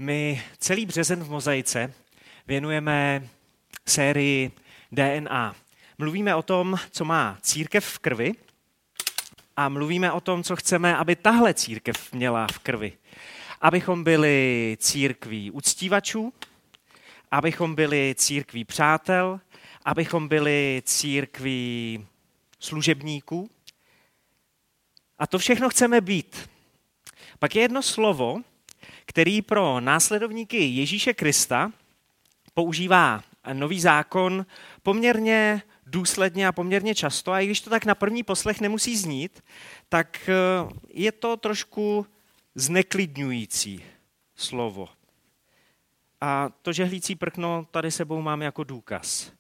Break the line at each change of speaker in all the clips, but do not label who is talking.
My celý březen v Mozaice věnujeme sérii DNA. Mluvíme o tom, co má církev v krvi a mluvíme o tom, co chceme, aby tahle církev měla v krvi. Abychom byli církví uctívačů, abychom byli církví přátel, abychom byli církví služebníků. A to všechno chceme být. Pak je jedno slovo, který pro následovníky Ježíše Krista používá Nový zákon poměrně důsledně a poměrně často. A i když to tak na první poslech nemusí znít, tak je to trošku zneklidňující slovo. A to žehlící prkno tady sebou mám jako důkaz.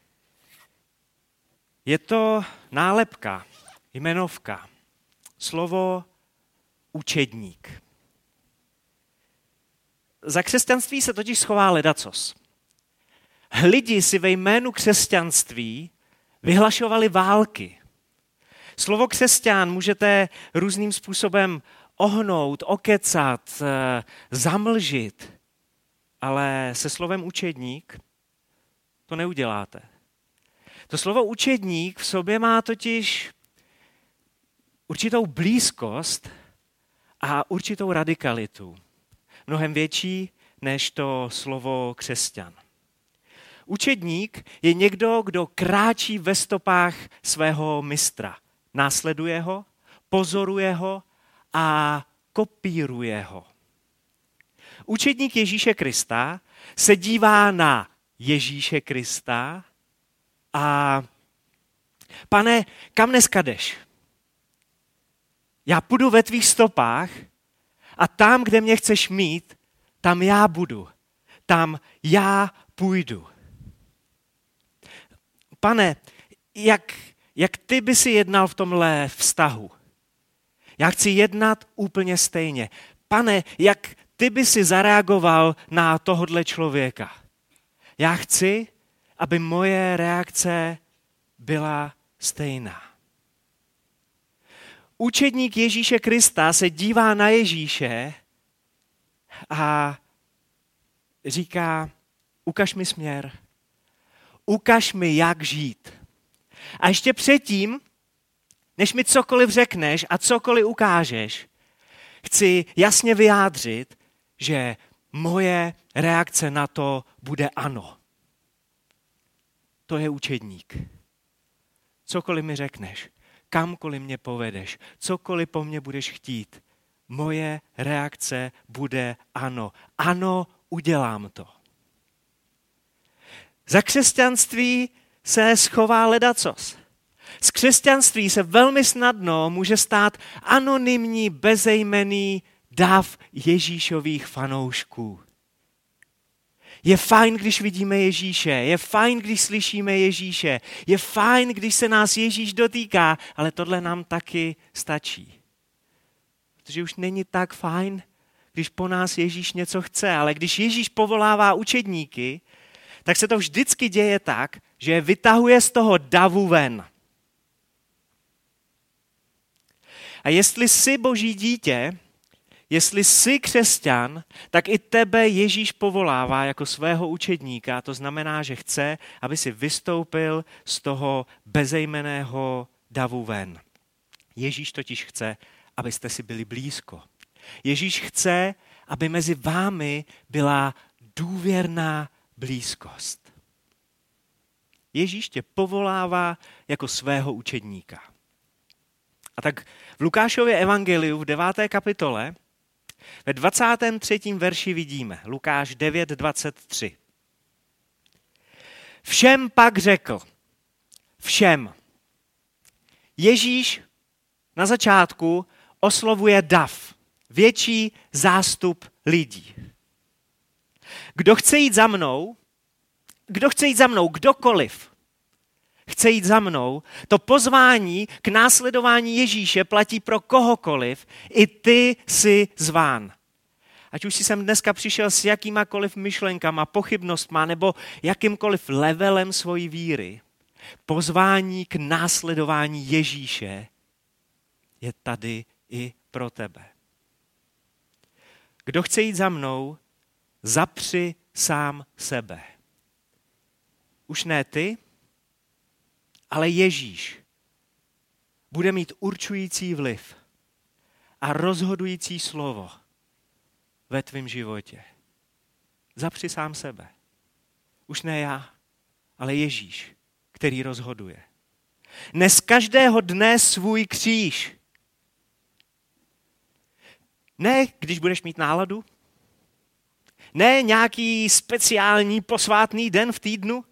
Je to nálepka, jmenovka, slovo učedník. Za křesťanství se totiž schová ledacos. Lidi si ve jménu křesťanství vyhlašovali války. Slovo křesťan můžete různým způsobem ohnout, okecat, zamlžit, ale se slovem učedník to neuděláte. To slovo učedník v sobě má totiž určitou blízkost a určitou radikalitu. Mnohem větší než to slovo křesťan. Učedník je někdo, kdo kráčí ve stopách svého mistra. Následuje ho, pozoruje ho a kopíruje ho. Učedník Ježíše Krista se dívá na Ježíše Krista a Pane, kam dneska jdeš? Já půjdu ve tvých stopách a tam, kde mě chceš mít, tam já budu. Tam já půjdu. Pane, jak ty by si jednal v tomhle vztahu? Já chci jednat úplně stejně. Pane, jak ty by si zareagoval na tohodle člověka? Já chci, aby moje reakce byla stejná. Učedník Ježíše Krista se dívá na Ježíše a říká, ukaž mi směr, ukaž mi, jak žít. A ještě předtím, než mi cokoliv řekneš a cokoliv ukážeš, chci jasně vyjádřit, že moje reakce na to bude ano. To je učedník. Cokoliv mi řekneš, kamkoliv mě povedeš, cokoliv po mně budeš chtít, moje reakce bude ano. Ano, udělám to. Za křesťanství se schová ledacos. Z křesťanství se velmi snadno může stát anonymní, bezejmenný dav Ježíšových fanoušků. Je fajn, když vidíme Ježíše, je fajn, když slyšíme Ježíše, je fajn, když se nás Ježíš dotýká, ale tohle nám taky stačí. Protože už není tak fajn, když po nás Ježíš něco chce, ale když Ježíš povolává učedníky, tak se to vždycky děje tak, že je vytahuje z toho davu ven. A jestli jsi Boží dítě, jestli jsi křesťan, tak i tebe Ježíš povolává jako svého učedníka. To znamená, že chce, aby si vystoupil z toho bezejmenného davu ven. Ježíš totiž chce, abyste si byli blízko. Ježíš chce, aby mezi vámi byla důvěrná blízkost. Ježíš tě povolává jako svého učedníka. A tak v Lukášově evangeliu v 9. kapitole ve 23. verši vidíme, Lukáš 9:23. Všem pak řekl, všem. Ježíš na začátku oslovuje dav, větší zástup lidí. Kdo chce jít za mnou, kdokoliv chce jít za mnou, to pozvání k následování Ježíše platí pro kohokoliv, i ty jsi zván. Ať už jsi sem dneska přišel s jakýmakoliv myšlenkama, pochybnostma nebo jakýmkoliv levelem svojí víry, pozvání k následování Ježíše je tady i pro tebe. Kdo chce jít za mnou, zapři sám sebe. Už ne ty, ale Ježíš bude mít určující vliv a rozhodující slovo ve tvém životě. Zapři sám sebe. Už ne já, ale Ježíš, který rozhoduje. Nes každého dne svůj kříž. Ne, když budeš mít náladu. Ne nějaký speciální posvátný den v týdnu.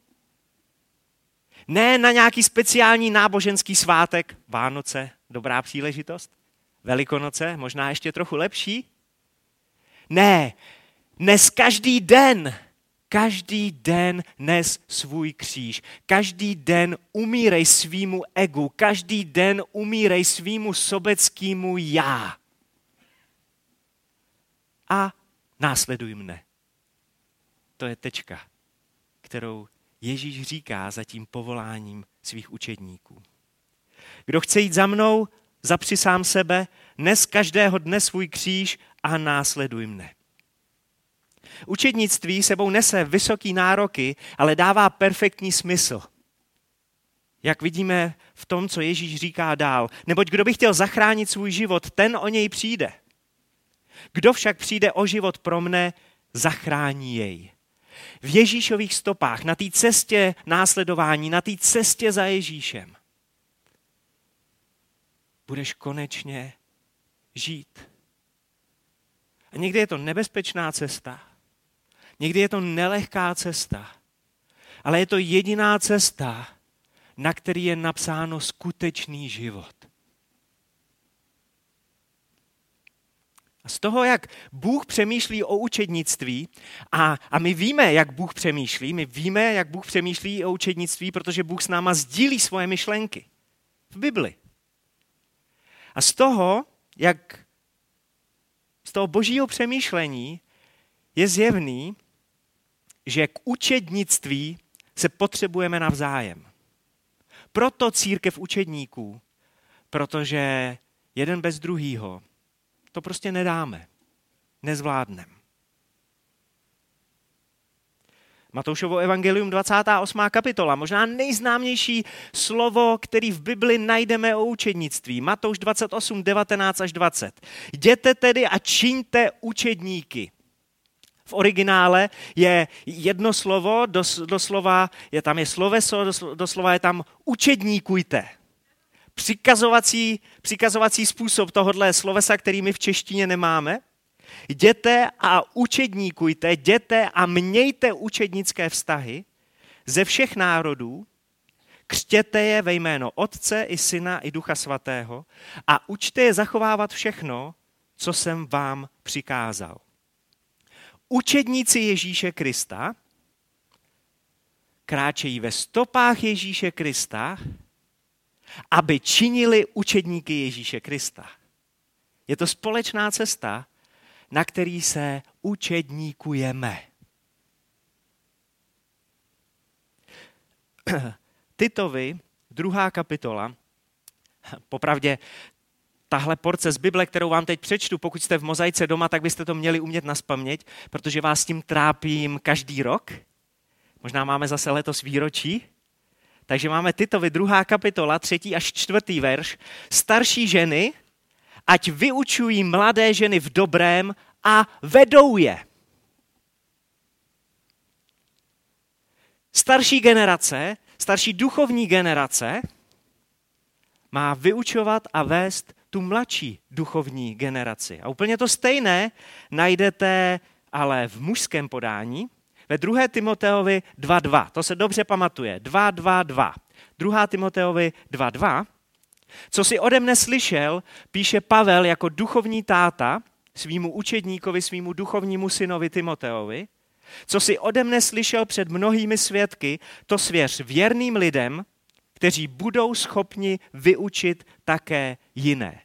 Ne na nějaký speciální náboženský svátek. Vánoce, dobrá příležitost. Velikonoce, možná ještě trochu lepší. Ne, nes každý den nes svůj kříž. Každý den umírej svýmu egu. Každý den umírej svýmu sobeckému já. A následuj mne. To je tečka, kterou Ježíš říká za tím povoláním svých učedníků. Kdo chce jít za mnou, zapři sám sebe, nes každého dne svůj kříž a následuj mne. Učednictví sebou nese vysoký nároky, ale dává perfektní smysl. Jak vidíme v tom, co Ježíš říká dál. Neboť kdo by chtěl zachránit svůj život, ten o něj přijde. Kdo však přijde o život pro mne, zachrání jej. V Ježíšových stopách, na té cestě následování, na té cestě za Ježíšem, budeš konečně žít. A někdy je to nebezpečná cesta, někdy je to nelehká cesta, ale je to jediná cesta, na který je napsáno skutečný život. A z toho, jak Bůh přemýšlí o učednictví, a my víme, jak Bůh přemýšlí o učednictví, protože Bůh s náma sdílí svoje myšlenky v Bibli. A z toho božího přemýšlení je zjevný, že k učednictví se potřebujeme navzájem. Proto církev učedníků, protože jeden bez druhýho to prostě nedáme, nezvládneme. Matoušovo evangelium 28. kapitola, možná nejznámější slovo, který v Bibli najdeme o učednictví. Matouš 28, 19 až 20. Jděte tedy a čiňte učedníky. V originále je jedno slovo, doslova je sloveso, doslova je tam učedníkujte. Přikazovací způsob tohohle slovesa, který my v češtině nemáme. Jděte a učedníkujte, jděte a mějte učednické vztahy ze všech národů, křtěte je ve jméno Otce i Syna i Ducha Svatého a učte je zachovávat všechno, co jsem vám přikázal. Učedníci Ježíše Krista kráčejí ve stopách Ježíše Krista, aby činili učedníky Ježíše Krista. Je to společná cesta, na který se učedníkujeme. Titovi, 2. kapitola, popravdě tahle porce z Bible, kterou vám teď přečtu, pokud jste v mozaice doma, tak byste to měli umět nazpaměť, protože vás tím trápím každý rok. Možná máme zase letos výročí. Takže máme Titovi 2. kapitola, 3. až 4. verš. Starší ženy, ať vyučují mladé ženy v dobrém a vedou je. Starší duchovní generace má vyučovat a vést tu mladší duchovní generaci. A úplně to stejné najdete ale v mužském podání, ve 2. Timoteovi 2.2. To se dobře pamatuje. 2.2.2. 2. Timoteovi 2.2. Co si ode mne slyšel, píše Pavel jako duchovní táta svýmu učedníkovi, svýmu duchovnímu synovi Timoteovi. Co si ode mne slyšel před mnohými svědky, to svěř věrným lidem, kteří budou schopni vyučit také jiné.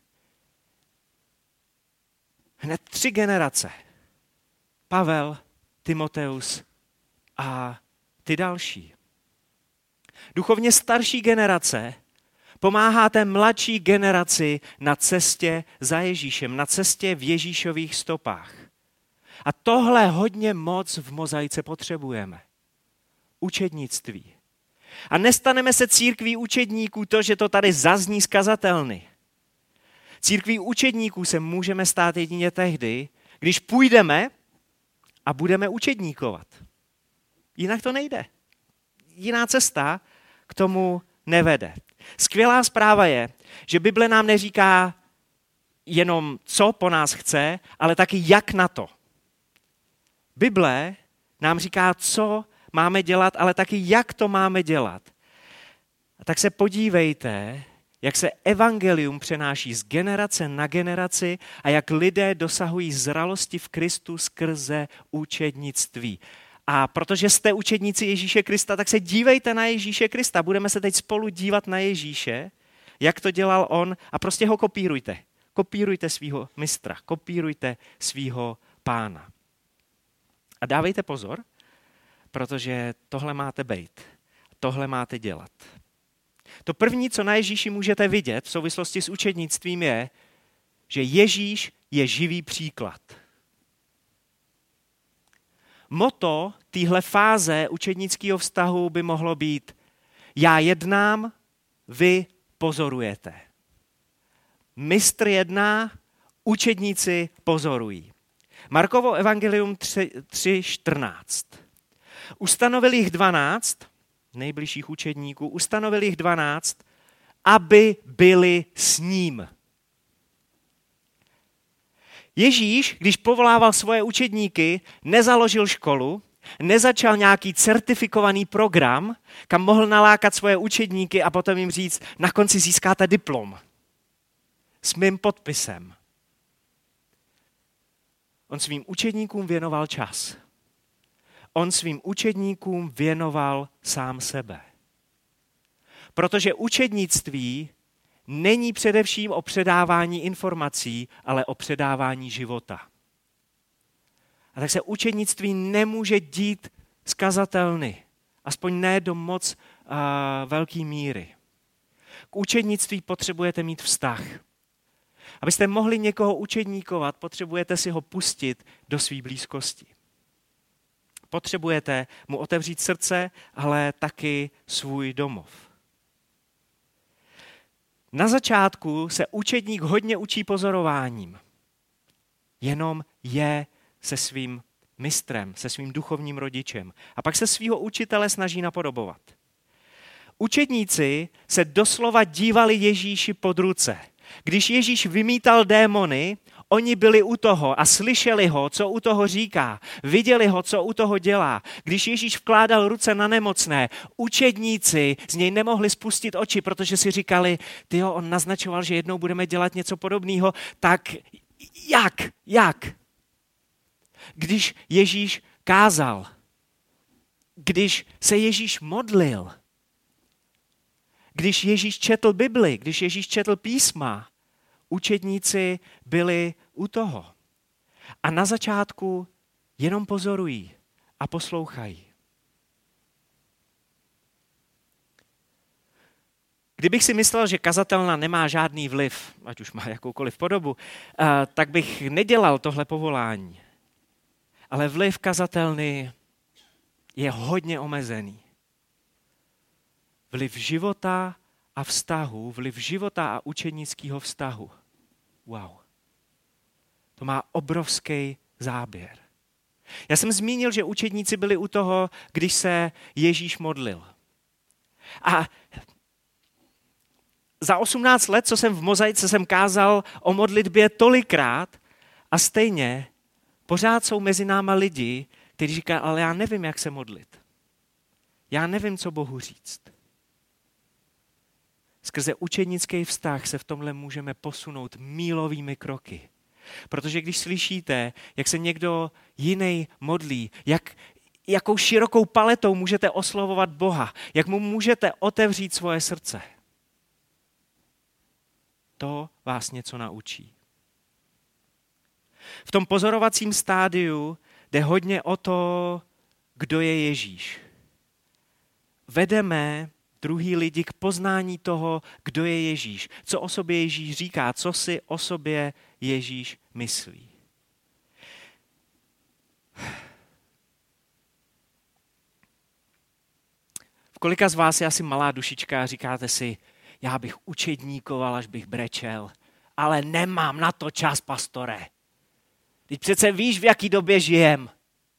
Hned 3 generace. Pavel, Timoteus a ty další. Duchovně starší generace pomáhá té mladší generaci na cestě za Ježíšem, na cestě v Ježíšových stopách. A tohle hodně moc v mozaice potřebujeme. Učednictví. A nestaneme se církví učedníků to, že to tady zazní z kazatelny. Církví učedníků se můžeme stát jedině tehdy, když půjdeme a budeme učedníkovat. Jinak to nejde. Jiná cesta k tomu nevede. Skvělá zpráva je, že Bible nám neříká jenom, co po nás chce, ale taky jak na to. Bible nám říká, co máme dělat, ale taky jak to máme dělat. A tak se podívejte, jak se evangelium přenáší z generace na generaci a jak lidé dosahují zralosti v Kristu skrze učednictví. A protože jste učedníci Ježíše Krista, tak se dívejte na Ježíše Krista. Budeme se teď spolu dívat na Ježíše, jak to dělal on a prostě ho kopírujte. Kopírujte svého mistra, kopírujte svého pána. A dávejte pozor, protože tohle máte bejt, tohle máte dělat. To první, co na Ježíši můžete vidět v souvislosti s učednictvím je, že Ježíš je živý příklad. Motto téhle fáze učednického vztahu by mohlo být: já jednám, vy pozorujete. Mistr jedná, učedníci pozorují. Markovo evangelium 3:14. Ustanovil jich 12, nejbližších učedníků, ustanovil jich 12, aby byli s ním. Ježíš, když povolával svoje učedníky, nezaložil školu, nezačal nějaký certifikovaný program, kam mohl nalákat svoje učedníky a potom jim říct, na konci získáte diplom s mým podpisem. On svým učedníkům věnoval čas. On svým učedníkům věnoval sám sebe. Protože učednictví není především o předávání informací, ale o předávání života. A tak se učednictví nemůže dít z kazatelny, aspoň ne do moc velké míry. K učednictví potřebujete mít vztah. Abyste mohli někoho učedníkovat, potřebujete si ho pustit do své blízkosti. Potřebujete mu otevřít srdce, ale taky svůj domov. Na začátku se učedník hodně učí pozorováním. Jenom je se svým mistrem, se svým duchovním rodičem. A pak se svého učitele snaží napodobovat. Učedníci se doslova dívali Ježíši pod ruce. Když Ježíš vymítal démony, oni byli u toho a slyšeli ho, co u toho říká. Viděli ho, co u toho dělá. Když Ježíš vkládal ruce na nemocné, učedníci z něj nemohli spustit oči, protože si říkali, tyjo, on naznačoval, že jednou budeme dělat něco podobného, tak jak? Když Ježíš kázal, když se Ježíš modlil, když Ježíš četl Bibli, když Ježíš četl písma, učedníci byli u toho. A na začátku jenom pozorují a poslouchají. Kdybych si myslel, že kazatelna nemá žádný vliv, ať už má jakoukoliv podobu, tak bych nedělal tohle povolání. Ale vliv kazatelny je hodně omezený. Vliv života a vztahu, vliv života a učednického vztahu. Wow. To má obrovský záběr. Já jsem zmínil, že učedníci byli u toho, když se Ježíš modlil. A za 18 let, co jsem v Mozaice, jsem kázal o modlitbě tolikrát a stejně pořád jsou mezi náma lidi, kteří říkají, ale já nevím, jak se modlit. Já nevím, co Bohu říct. Skrze učednický vztah se v tomhle můžeme posunout mílovými kroky. Protože když slyšíte, jak se někdo jiný modlí, jakou širokou paletou můžete oslovovat Boha, jak mu můžete otevřít svoje srdce, to vás něco naučí. V tom pozorovacím stádiu jde hodně o to, kdo je Ježíš. Vedeme druhý lidi k poznání toho, kdo je Ježíš, co o sobě Ježíš říká, co si o sobě Ježíš myslí. V kolika z vás je asi malá dušička a říkáte si, já bych učedníkoval, až bych brečel, ale nemám na to čas, pastore. Teď přece víš, v jaký době žijem.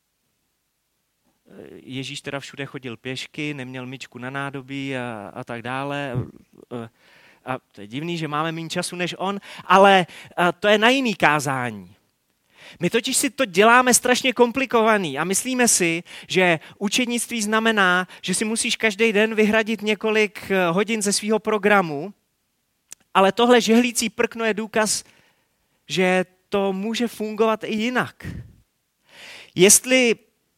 Ježíš teda všude chodil pěšky, neměl myčku na nádobí a tak dále. A to je divný, že máme méně času než on, ale to je na jiný kázání. My totiž si to děláme strašně komplikovaný a myslíme si, že učednictví znamená, že si musíš každý den vyhradit několik hodin ze svého programu, ale tohle žehlící prkno je důkaz, že to může fungovat i jinak. Jestli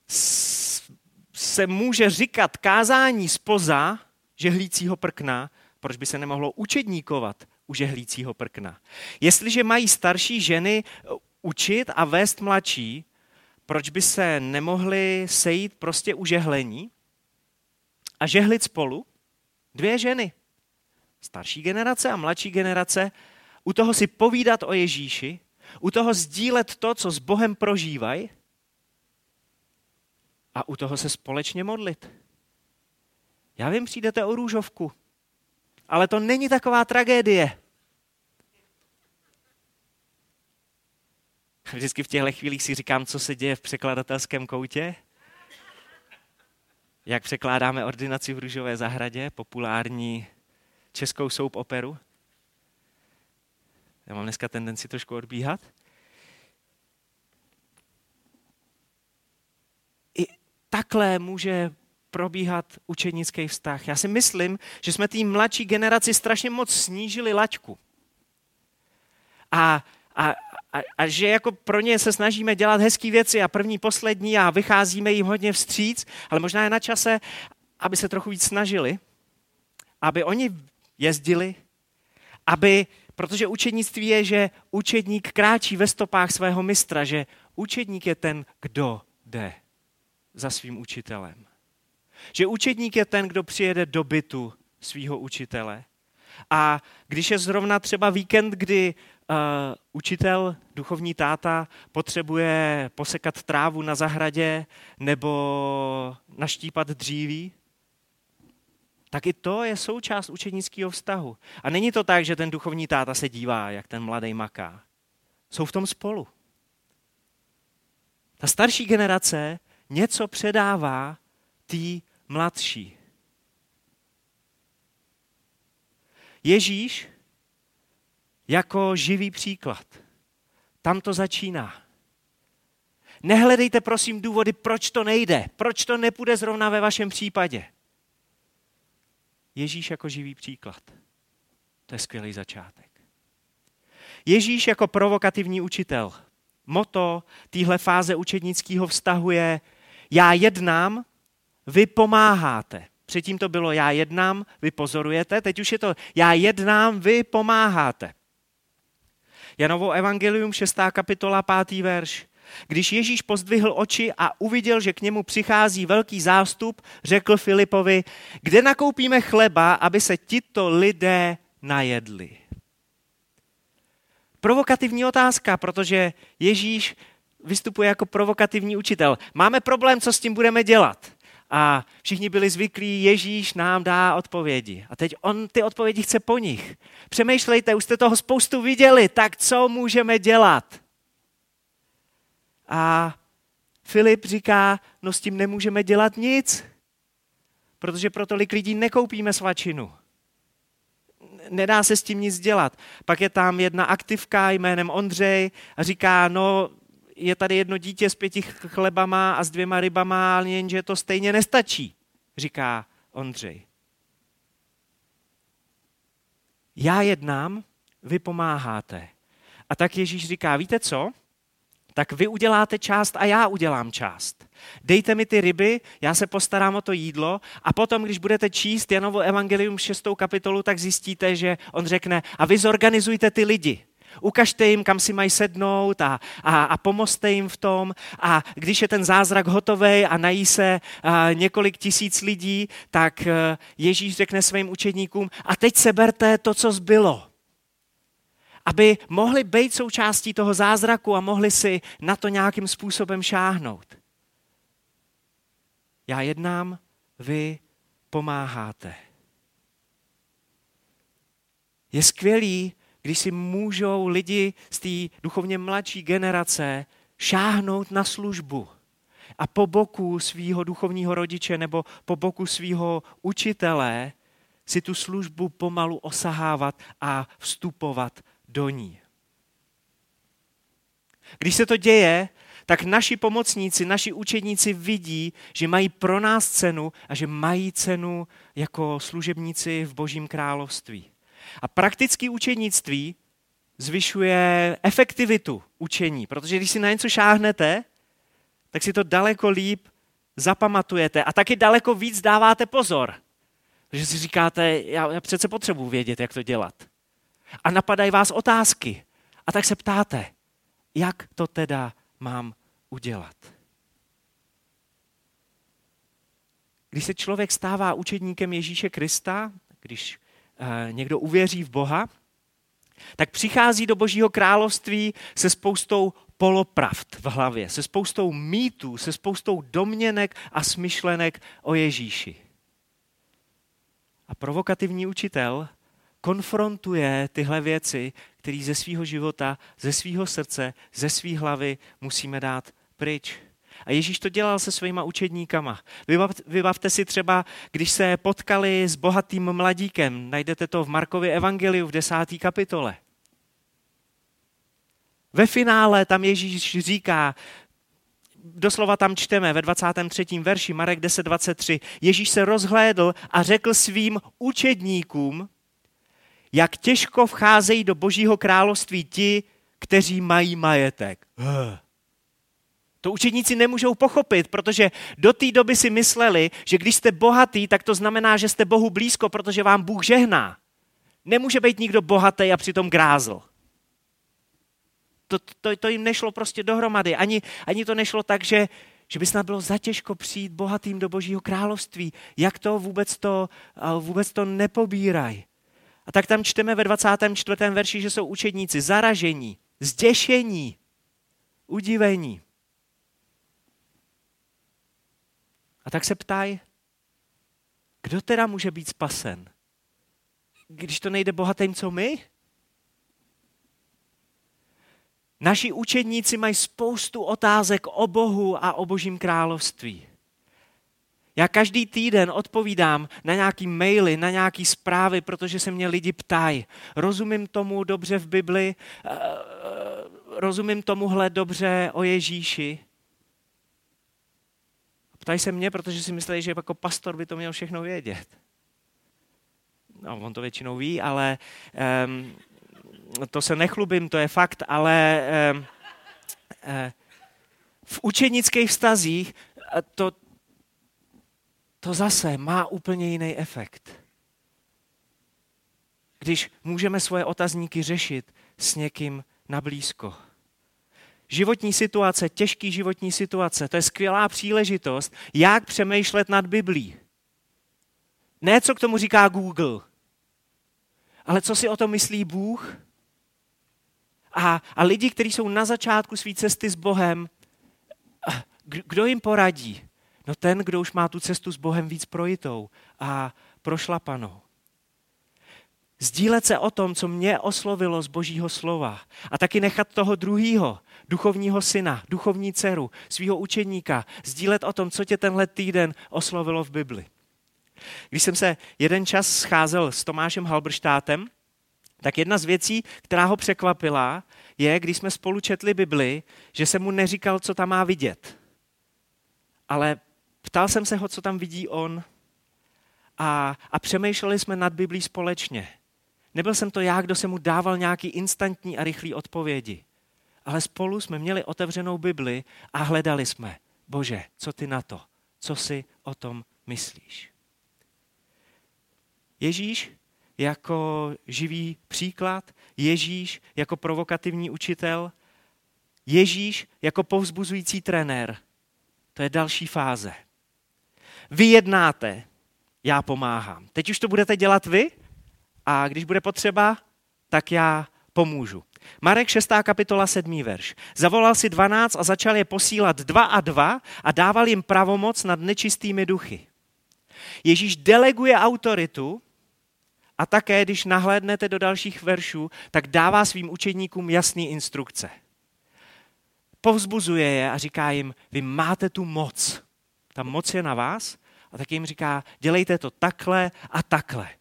se může říkat kázání zpoza žehlícího prkna, proč by se nemohlo učedníkovat u žehlícího prkna? Jestliže mají starší ženy učit a vést mladší, proč by se nemohli sejít prostě u žehlení a žehlit spolu? Dvě ženy, starší generace a mladší generace, u toho si povídat o Ježíši, u toho sdílet to, co s Bohem prožívají a u toho se společně modlit. Já vím, přijdete o růžovku, ale to není taková tragédie. Vždycky v těchto chvílích si říkám, co se děje v překladatelském koutě. Jak překládáme Ordinaci v Růžové zahradě, populární českou soap operu. Já mám dneska tendenci trošku odbíhat. I takhle může probíhat učednický vztah. Já si myslím, že jsme té mladší generaci strašně moc snížili laťku. A že jako pro ně se snažíme dělat hezký věci a první, poslední a vycházíme jim hodně vstříc, ale možná je na čase, aby se trochu víc snažili, aby oni jezdili, protože učednictví je, že učedník kráčí ve stopách svého mistra, že učedník je ten, kdo jde za svým učitelem. Že učedník je ten, kdo přijede do bytu svého učitele. A když je zrovna třeba víkend, kdy učitel, duchovní táta potřebuje posekat trávu na zahradě nebo naštípat dříví, tak i to je součást učednického vztahu. A není to tak, že ten duchovní táta se dívá, jak ten mladý maká. Jsou v tom spolu. Ta starší generace něco předává té mladší. Ježíš jako živý příklad. Tam to začíná. Nehledejte prosím důvody, proč to nejde, proč to nepůjde zrovna ve vašem případě. Ježíš jako živý příklad. To je skvělý začátek. Ježíš jako provokativní učitel. Motto téhle fáze učednického vztahu je já jednám, vy pomáháte. Předtím to bylo já jednám, vy pozorujete, teď už je to já jednám, vy pomáháte. Janovo evangelium 6. kapitola 5. verš. Když Ježíš pozdvihl oči a uviděl, že k němu přichází velký zástup, řekl Filipovi, kde nakoupíme chleba, aby se tito lidé najedli. Provokativní otázka, protože Ježíš vystupuje jako provokativní učitel. Máme problém, co s tím budeme dělat. A všichni byli zvyklí, Ježíš nám dá odpovědi. A teď on ty odpovědi chce po nich. Přemýšlejte, už jste toho spoustu viděli, tak co můžeme dělat? A Filip říká, no s tím nemůžeme dělat nic, protože pro tolik lidí nekoupíme svačinu. Nedá se s tím nic dělat. Pak je tam jedna aktivka jménem Ondřej a říká, no je tady jedno dítě s 5 chlebama a s 2 rybama, ale jenže to stejně nestačí, říká Ondřej. Já jednám, vy pomáháte. A tak Ježíš říká, víte co? Tak vy uděláte část a já udělám část. Dejte mi ty ryby, já se postarám o to jídlo a potom, když budete číst Janovo evangelium 6. kapitolu, tak zjistíte, že on řekne a vy zorganizujte ty lidi. Ukažte jim, kam si mají sednout a pomozte jim v tom. A když je ten zázrak hotovej a nají se několik tisíc lidí, tak Ježíš řekne svým učedníkům a teď seberte to, co zbylo. Aby mohli být součástí toho zázraku a mohli si na to nějakým způsobem šáhnout. Já jednám, vy pomáháte. Je skvělý, když si můžou lidi z té duchovně mladší generace šáhnout na službu a po boku svého duchovního rodiče nebo po boku svého učitele si tu službu pomalu osahávat a vstupovat do ní. Když se to děje, tak naši pomocníci, naši učedníci vidí, že mají pro nás cenu a že mají cenu jako služebníci v Božím království. A praktické učednictví zvyšuje efektivitu učení, protože když si na něco šáhnete, tak si to daleko líp zapamatujete a taky daleko víc dáváte pozor. Že si říkáte, já přece potřebuji vědět, jak to dělat. A napadají vás otázky. A tak se ptáte, jak to teda mám udělat. Když se člověk stává učedníkem Ježíše Krista, když někdo uvěří v Boha, tak přichází do Božího království se spoustou polopravd v hlavě, se spoustou mýtů, se spoustou domněnek a smyšlenek o Ježíši. A provokativní učitel konfrontuje tyhle věci, které ze svého života, ze svého srdce, ze své hlavy musíme dát pryč. A Ježíš to dělal se svýma učedníkama. Vybavte si třeba, když se potkali s bohatým mladíkem, najdete to v Markově evangeliu v 10. kapitole. Ve finále tam Ježíš říká, doslova tam čteme ve 23. verši, Marek 10.23, Ježíš se rozhlédl a řekl svým učedníkům, jak těžko vcházejí do Božího království ti, kteří mají majetek. To učedníci nemůžou pochopit, protože do té doby si mysleli, že když jste bohatý, tak to znamená, že jste Bohu blízko, protože vám Bůh žehná. Nemůže být nikdo bohatý a přitom grázl. To jim nešlo prostě dohromady. Ani to nešlo tak, že by snad bylo zatěžko přijít bohatým do Božího království. Jak to vůbec to nepobírají. A tak tam čteme ve 24. verši, že jsou učedníci zaražení, zděšení, udivení. A tak se ptají, kdo teda může být spasen? Když to nejde bohatým, co my? Naši učedníci mají spoustu otázek o Bohu a o Božím království. Já každý týden odpovídám na nějaký maily, na nějaký zprávy, protože se mě lidi ptají. Rozumím tomu dobře v Bibli, rozumím tomuhle dobře o Ježíši. Ptají se mě, protože si myslí, že jako pastor by to měl všechno vědět. No, on to většinou ví, ale to se nechlubím, to je fakt, ale v učednických vztazích to zase má úplně jiný efekt. Když můžeme svoje otazníky řešit s někým nablízko. Životní situace, těžký životní situace, to je skvělá příležitost, jak přemýšlet nad Biblí. Ne, co k tomu říká Google, ale co si o tom myslí Bůh. A lidi, kteří jsou na začátku své cesty s Bohem, kdo jim poradí? No ten, kdo už má tu cestu s Bohem víc projitou a prošlapanou. Sdílet se o tom, co mě oslovilo z Božího slova a taky nechat toho druhýho, duchovního syna, duchovní dceru, svého učedníka, sdílet o tom, co tě tenhle týden oslovilo v Bibli. Když jsem se jeden čas scházel s Tomášem Halberštátem, tak jedna z věcí, která ho překvapila, je, když jsme spolu četli Bibli, že jsem mu neříkal, co tam má vidět. Ale ptal jsem se ho, co tam vidí on a přemýšleli jsme nad Biblí společně. Nebyl jsem to já, kdo se mu dával nějaký instantní a rychlý odpovědi. Ale spolu jsme měli otevřenou Bibli a hledali jsme, Bože, co ty na to? Co si o tom myslíš? Ježíš jako živý příklad, Ježíš jako provokativní učitel, Ježíš jako povzbuzující trenér. To je další fáze. Vy jednáte, já pomáhám. Teď už to budete dělat vy a když bude potřeba, tak já pomůžu. Marek 6. kapitola 7. verš. Zavolal si 12 a začal je posílat 2 a 2 a dával jim pravomoc nad nečistými duchy. Ježíš deleguje autoritu a také, když nahlédnete do dalších veršů, tak dává svým učedníkům jasné instrukce. Povzbuzuje je a říká jim, vy máte tu moc. Ta moc je na vás a tak jim říká, dělejte to takhle a takhle.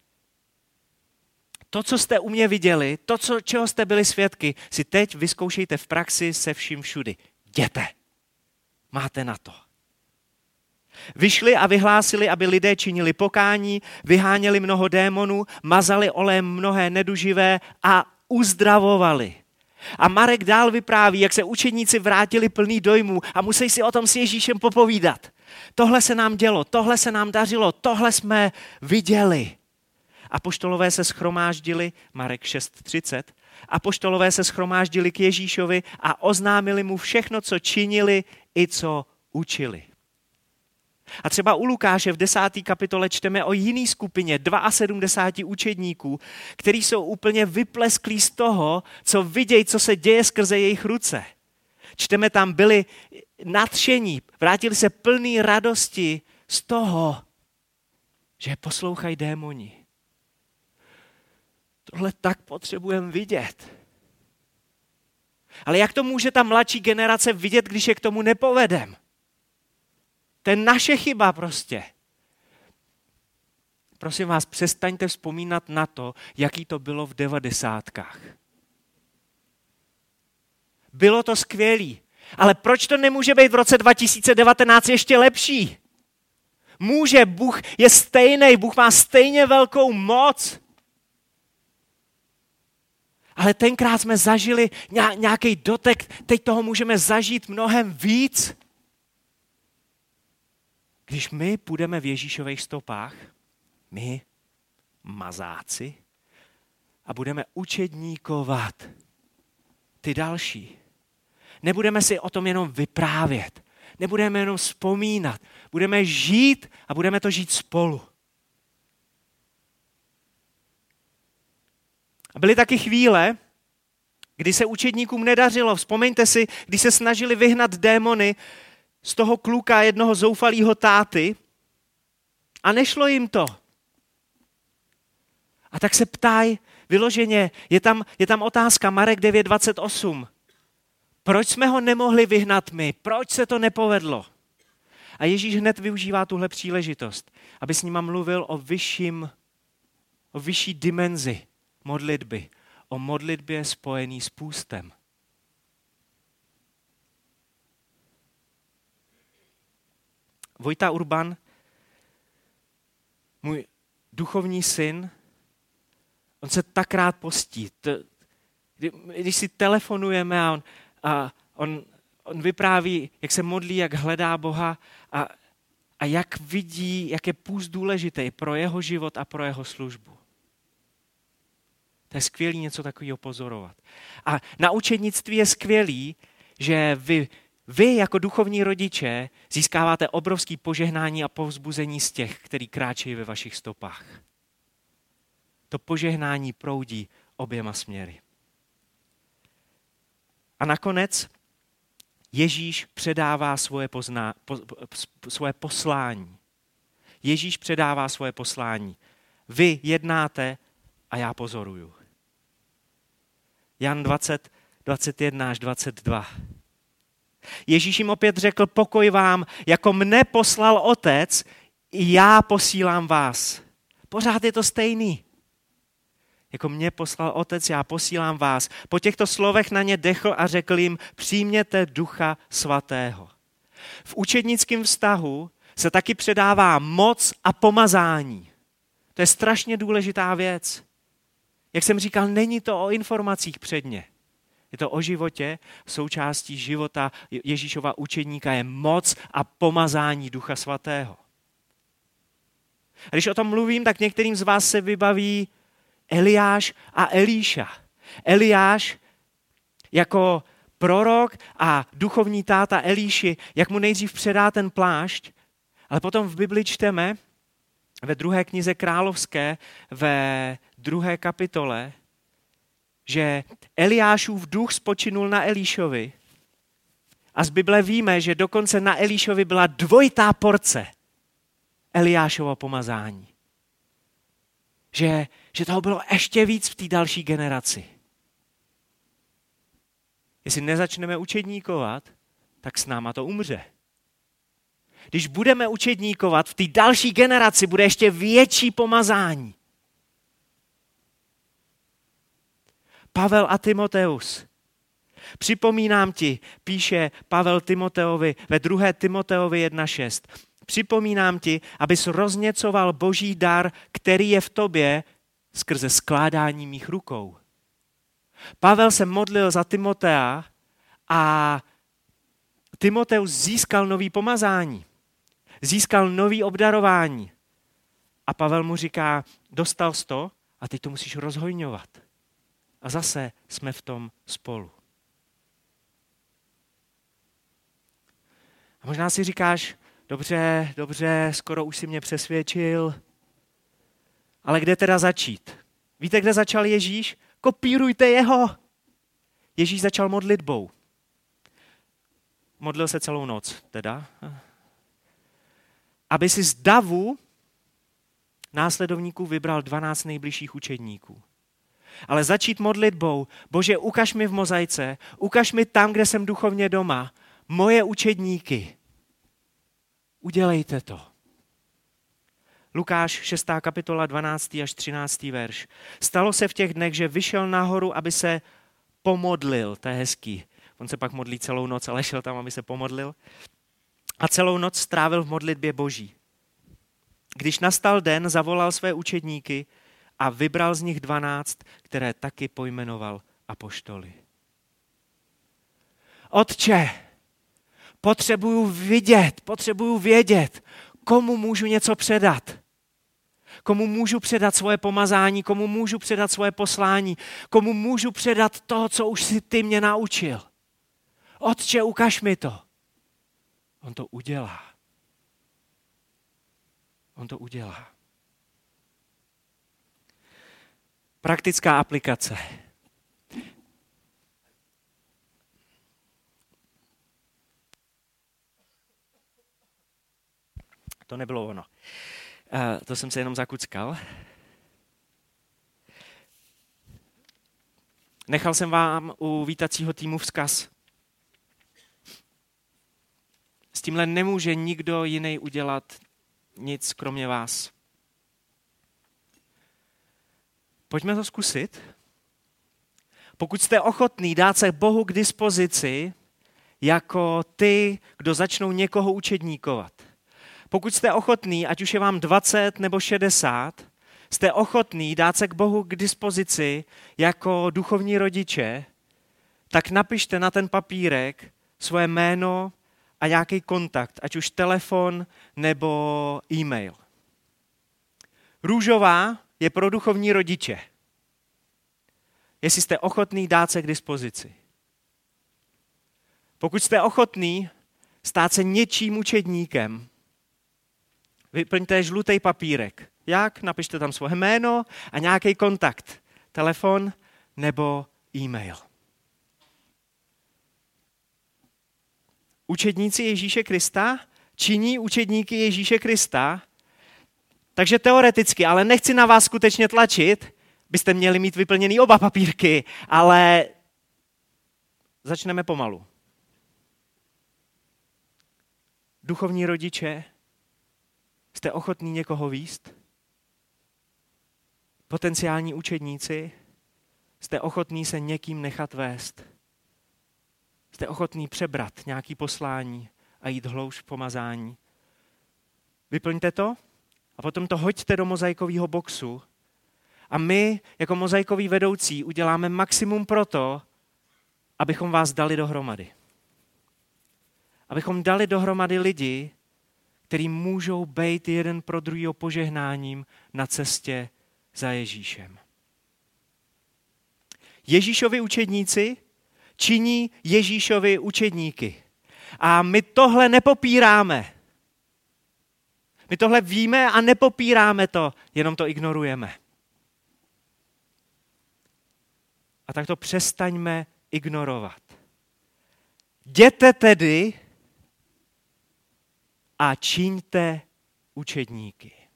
To, co jste u mě viděli, čeho jste byli svědky, si teď vyzkoušejte v praxi se vším všudy. Jděte. Máte na to. Vyšli a vyhlásili, aby lidé činili pokání, vyháněli mnoho démonů, mazali olejem mnohé neduživé a uzdravovali. A Marek dál vypráví, jak se učedníci vrátili plný dojmů a musí si o tom s Ježíšem popovídat. Tohle se nám dělo, tohle se nám dařilo, tohle jsme viděli. Apoštolové se shromáždili, Marek 6:30, apoštolové se shromáždili k Ježíšovi a oznámili mu všechno, co činili i co učili. A třeba u Lukáše v 10. kapitole čteme o jiný skupině 72 učedníků, kteří jsou úplně vyplesklí z toho, co vidějí, co se děje skrze jejich ruce. Čteme tam, byli nadšení, vrátili se plný radosti z toho, že poslouchají démoni. Tohle tak potřebujeme vidět. Ale jak to může ta mladší generace vidět, když je k tomu nepovedem? To je naše chyba prostě. Prosím vás, přestaňte vzpomínat na to, jaký to bylo v 90kách. Bylo to skvělý, ale proč to nemůže být v roce 2019 ještě lepší? Může, Bůh je stejný, Bůh má stejně velkou moc. Ale tenkrát jsme zažili nějaký dotek, teď toho můžeme zažít mnohem víc. Když my půjdeme v Ježíšových stopách, my, mazáci, a budeme učedníkovat ty další. Nebudeme si o tom jenom vyprávět, nebudeme jenom vzpomínat, budeme žít a budeme to žít spolu. A byly taky chvíle, kdy se učedníkům nedařilo. Vzpomeňte si, když se snažili vyhnat démony z toho kluka jednoho zoufalého táty a nešlo jim to. A tak se ptají vyloženě, je tam otázka Marek 9:28. Proč jsme ho nemohli vyhnat my? Proč se to nepovedlo? A Ježíš hned využívá tuhle příležitost, aby s nima mluvil o vyšší dimenzi modlitby, o modlitbě spojený s půstem. Vojta Urban, můj duchovní syn, on se tak rád postí. Když si telefonujeme a on vypráví, jak se modlí, jak hledá Boha a jak vidí, jak je půst důležitý pro jeho život a pro jeho službu. To je skvělý něco takového pozorovat. A na učednictví je skvělý, že vy jako duchovní rodiče získáváte obrovský požehnání a povzbuzení z těch, který kráčejí ve vašich stopách. To požehnání proudí oběma směry. A nakonec Ježíš předává svoje poslání. Ježíš předává svoje poslání. Vy jednáte a já pozoruju. Jan 20, 21 až 22. Ježíš jim opět řekl, pokoj vám, jako mne poslal Otec, i já posílám vás. Pořád je to stejný. Jako mě poslal Otec, já posílám vás. Po těchto slovech na ně dechl a řekl jim, přijměte Ducha Svatého. V učednickém vztahu se taky předává moc a pomazání. To je strašně důležitá věc. Jak jsem říkal, není to o informacích předně. Je to o životě, součástí života Ježíšova učedníka je moc a pomazání Ducha Svatého. A když o tom mluvím, tak některým z vás se vybaví Eliáš a Elíša. Eliáš jako prorok a duchovní táta Elíši, jak mu nejdřív předá ten plášť, ale potom v Bibli čteme ve 2. knize Královské, ve 2. kapitole, že Eliášův duch spočinul na Elíšovi. A z Bible víme, že dokonce na Elíšovi byla dvojitá porce. Eliášovo pomazání. Že toho bylo ještě víc v té další generaci. Jestli nezačneme učedníkovat, tak s náma to umře. Když budeme učedníkovat, v té další generaci bude ještě větší pomazání. Pavel a Timoteus. Připomínám ti, píše Pavel Timoteovi ve 2. Timoteovi 1.6. Připomínám ti, abys rozněcoval boží dar, který je v tobě skrze skládání mých rukou. Pavel se modlil za Timotea a Timoteus získal nový pomazání. Získal nový obdarování. A Pavel mu říká, dostal jsi to a teď to musíš rozhojňovat. A zase jsme v tom spolu. A možná si říkáš, dobře, skoro už si mě přesvědčil, ale kde teda začít? Víte, kde začal Ježíš? Kopírujte jeho. Ježíš začal modlitbou. Modlil se celou noc, teda. Aby si z davu následovníků vybral 12 nejbližších učedníků. Ale začít modlitbou, Bože, ukaž mi v mozaice, ukaž mi tam, kde jsem duchovně doma, moje učedníky. Udělejte to. Lukáš 6. kapitola 12. až 13. verš. Stalo se v těch dnech, že vyšel nahoru, aby se pomodlil. To je hezký. On se pak modlí celou noc, ale šel tam, aby se pomodlil. A celou noc strávil v modlitbě Boží. Když nastal den, zavolal své učedníky a vybral z nich 12, které taky pojmenoval apoštoly. Otče, potřebuju vědět, komu můžu něco předat. Komu můžu předat svoje pomazání, komu můžu předat svoje poslání, komu můžu předat to, co už si ty mě naučil. Otče, ukaž mi to. On to udělá. On to udělá. Praktická aplikace. To nebylo ono. To jsem se jenom zakuckal. Nechal jsem vám u vítacího týmu vzkaz. S tímhle nemůže nikdo jiný udělat nic kromě vás. Pojďme to zkusit. Pokud jste ochotní dát se Bohu k dispozici jako ty, kdo začnou někoho učedníkovat. Pokud jste ochotní, ať už je vám 20 nebo 60, jste ochotní dát se k Bohu k dispozici jako duchovní rodiče, tak napište na ten papírek svoje jméno a nějaký kontakt, ať už telefon nebo e-mail. Růžová je pro duchovní rodiče. Jestli jste ochotní dát se k dispozici. Pokud jste ochotní stát se něčím učedníkem, vyplňte žlutý papírek. Jak? Napište tam svoje jméno a nějaký kontakt. Telefon nebo e-mail. Učedníci Ježíše Krista činí učedníky Ježíše Krista, takže teoreticky, ale nechci na vás skutečně tlačit, byste měli mít vyplněný oba papírky, ale začneme pomalu. Duchovní rodiče, jste ochotní někoho vést? Potenciální učedníci, jste ochotní se někým nechat vést? Jste ochotní přebrat nějaké poslání a jít hlouš v pomazání? Vyplňte to a potom to hoďte do mozaikového boxu a my jako mozaikoví vedoucí uděláme maximum pro to, abychom vás dali dohromady. Abychom dali dohromady lidi, který můžou být jeden pro druhýho požehnáním na cestě za Ježíšem. Ježíšovi učedníci činí Ježíšovi učedníky. A my tohle nepopíráme. My tohle víme a nepopíráme to, jenom to ignorujeme. A tak to přestaňme ignorovat. Jděte tedy a čiňte učedníky.